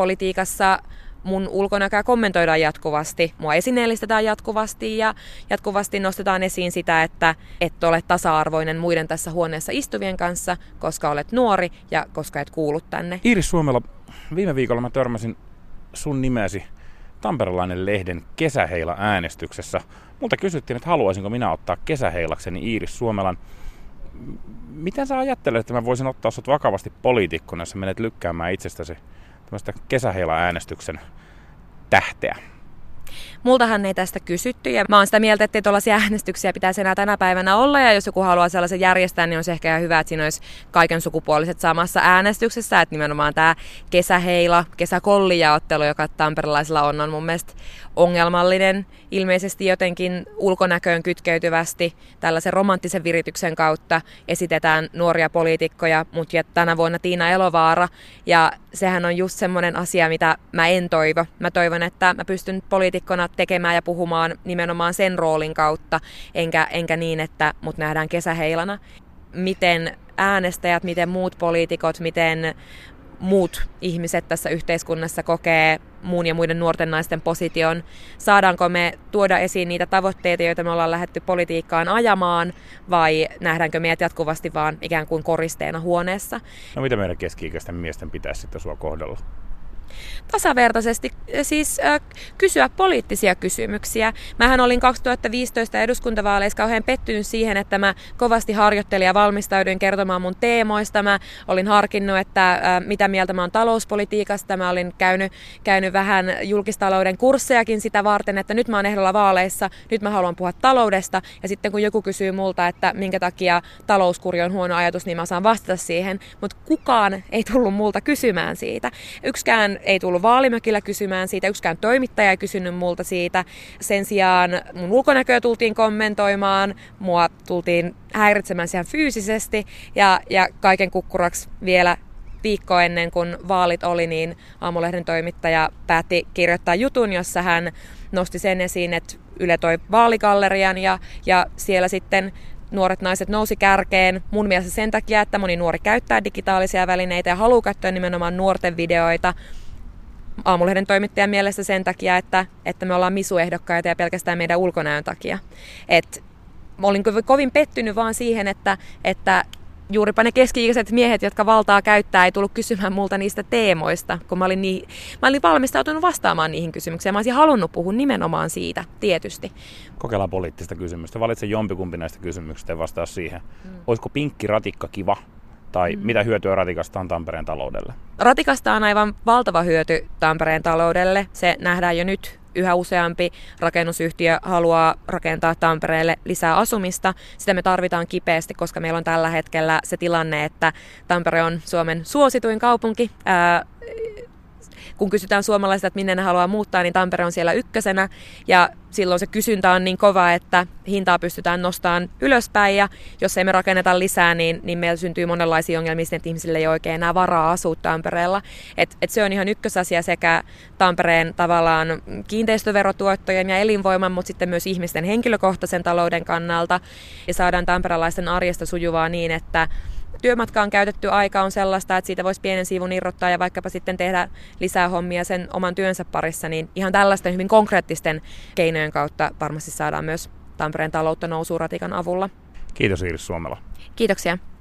politiikassa mun ulkonäköä kommentoidaan jatkuvasti, mua esineellistetään jatkuvasti ja jatkuvasti nostetaan esiin sitä, että et ole tasa-arvoinen muiden tässä huoneessa istuvien kanssa, koska olet nuori ja koska et kuulu tänne. Iiris Suomela, viime viikolla mä törmäsin sun nimesi Tamperelainen lehden kesäheila-äänestyksessä. Multa kysyttiin, että haluaisinko minä ottaa kesäheilakseni Iiris Suomelan. Miten sä ajattelet, että mä voisin ottaa sut vakavasti poliitikkona, jos sä menet lykkäämään itsestäsi tämmöistä kesäheila-äänestyksen tähteä? Multahan ei tästä kysytty ja mä oon sitä mieltä, että tuollaisia äänestyksiä pitäisi enää tänä päivänä olla ja jos joku haluaa sellaisen järjestää, niin on se ehkä ihan hyvä, että siinä olisi kaiken sukupuoliset samassa äänestyksessä, että nimenomaan tämä kesäheila, kesäkollijaottelu, joka tamperelaisilla on mun mielestä ongelmallinen, ilmeisesti jotenkin ulkonäköön kytkeytyvästi tällaisen romanttisen virityksen kautta esitetään nuoria poliitikkoja, mutta tänä vuonna Tiina Elovaara ja sehän on just semmoinen asia, mitä mä en toivo. Mä toivon, että mä pystyn poliitikkona tekemään ja puhumaan nimenomaan sen roolin kautta, enkä niin, että mut nähdään kesäheilana. Miten äänestäjät, miten muut poliitikot, miten muut ihmiset tässä yhteiskunnassa kokee muun ja muiden nuorten naisten position. Saadaanko me tuoda esiin niitä tavoitteita, joita me ollaan lähdetty politiikkaan ajamaan, vai nähdäänkö meidät jatkuvasti vaan ikään kuin koristeena huoneessa? No mitä meidän keski-ikäisten miesten pitäisi sitten sua kohdalla? Tasavertaisesti siis kysyä poliittisia kysymyksiä. Mähän olin 2015 eduskuntavaaleissa kauhean pettynyt siihen, että mä kovasti harjoittelin ja valmistauduin kertomaan mun teemoista. Mä olin harkinnut, että mitä mieltä mä oon talouspolitiikasta. Mä olin käynyt vähän julkistalouden kurssejakin sitä varten, että nyt mä oon ehdolla vaaleissa, nyt mä haluan puhua taloudesta. Ja sitten kun joku kysyy multa, että minkä takia talouskuri on huono ajatus, niin mä saan vastata siihen. Mutta kukaan ei tullut multa kysymään siitä. Yksikään ei tullut Vaalimökillä kysymään siitä, yksikään toimittaja ei kysynyt multa siitä. Sen sijaan mun ulkonäköä tultiin kommentoimaan, mua tultiin häiritsemään siihen fyysisesti ja kaiken kukkuraksi vielä viikko ennen kuin vaalit oli, niin Aamulehden toimittaja päätti kirjoittaa jutun, jossa hän nosti sen esiin, että Yle toi vaaligallerian ja siellä sitten nuoret naiset nousi kärkeen mun mielestä sen takia, että moni nuori käyttää digitaalisia välineitä ja haluaa käyttää nimenomaan nuorten videoita. Aamulehden toimittajan mielestä sen takia, että me ollaan misuehdokkaita ja pelkästään meidän ulkonäön takia. Olin kovin pettynyt vaan siihen, että juuripa ne keski-ikäiset miehet, jotka valtaa käyttää, ei tullut kysymään multa niistä teemoista, kun mä olin valmistautunut vastaamaan niihin kysymyksiin. Mä olisin halunnut puhua nimenomaan siitä, tietysti. Kokeillaan poliittista kysymystä. Valitse jompikumpi näistä kysymyksistä ja vastaa siihen. Olisiko pinkki ratikka kiva? Tai mitä hyötyä ratikasta on Tampereen taloudelle? Ratikasta on aivan valtava hyöty Tampereen taloudelle. Se nähdään jo nyt. Yhä useampi rakennusyhtiö haluaa rakentaa Tampereelle lisää asumista. Sitä me tarvitaan kipeästi, koska meillä on tällä hetkellä se tilanne, että Tampere on Suomen suosituin kaupunki. Kun kysytään suomalaisilta, että minne ne haluaa muuttaa, niin Tampere on siellä ykkösenä. Ja silloin se kysyntä on niin kova, että hintaa pystytään nostamaan ylöspäin. Ja jos ei me rakenneta lisää, niin meillä syntyy monenlaisia ongelmia, että ihmisille ei ole oikein enää varaa asua Tampereella. Et se on ihan ykkösasia sekä Tampereen tavallaan kiinteistöverotuottojen ja elinvoiman, mutta sitten myös ihmisten henkilökohtaisen talouden kannalta. Ja saadaan tamperelaisten arjesta sujuvaa niin, että työmatkaan käytetty aika on sellaista, että siitä voisi pienen siivun irrottaa ja vaikkapa sitten tehdä lisää hommia sen oman työnsä parissa, niin ihan tällaisten hyvin konkreettisten keinojen kautta varmasti saadaan myös Tampereen taloutta nousuun ratikan avulla. Kiitos Iiris Suomela. Kiitoksia.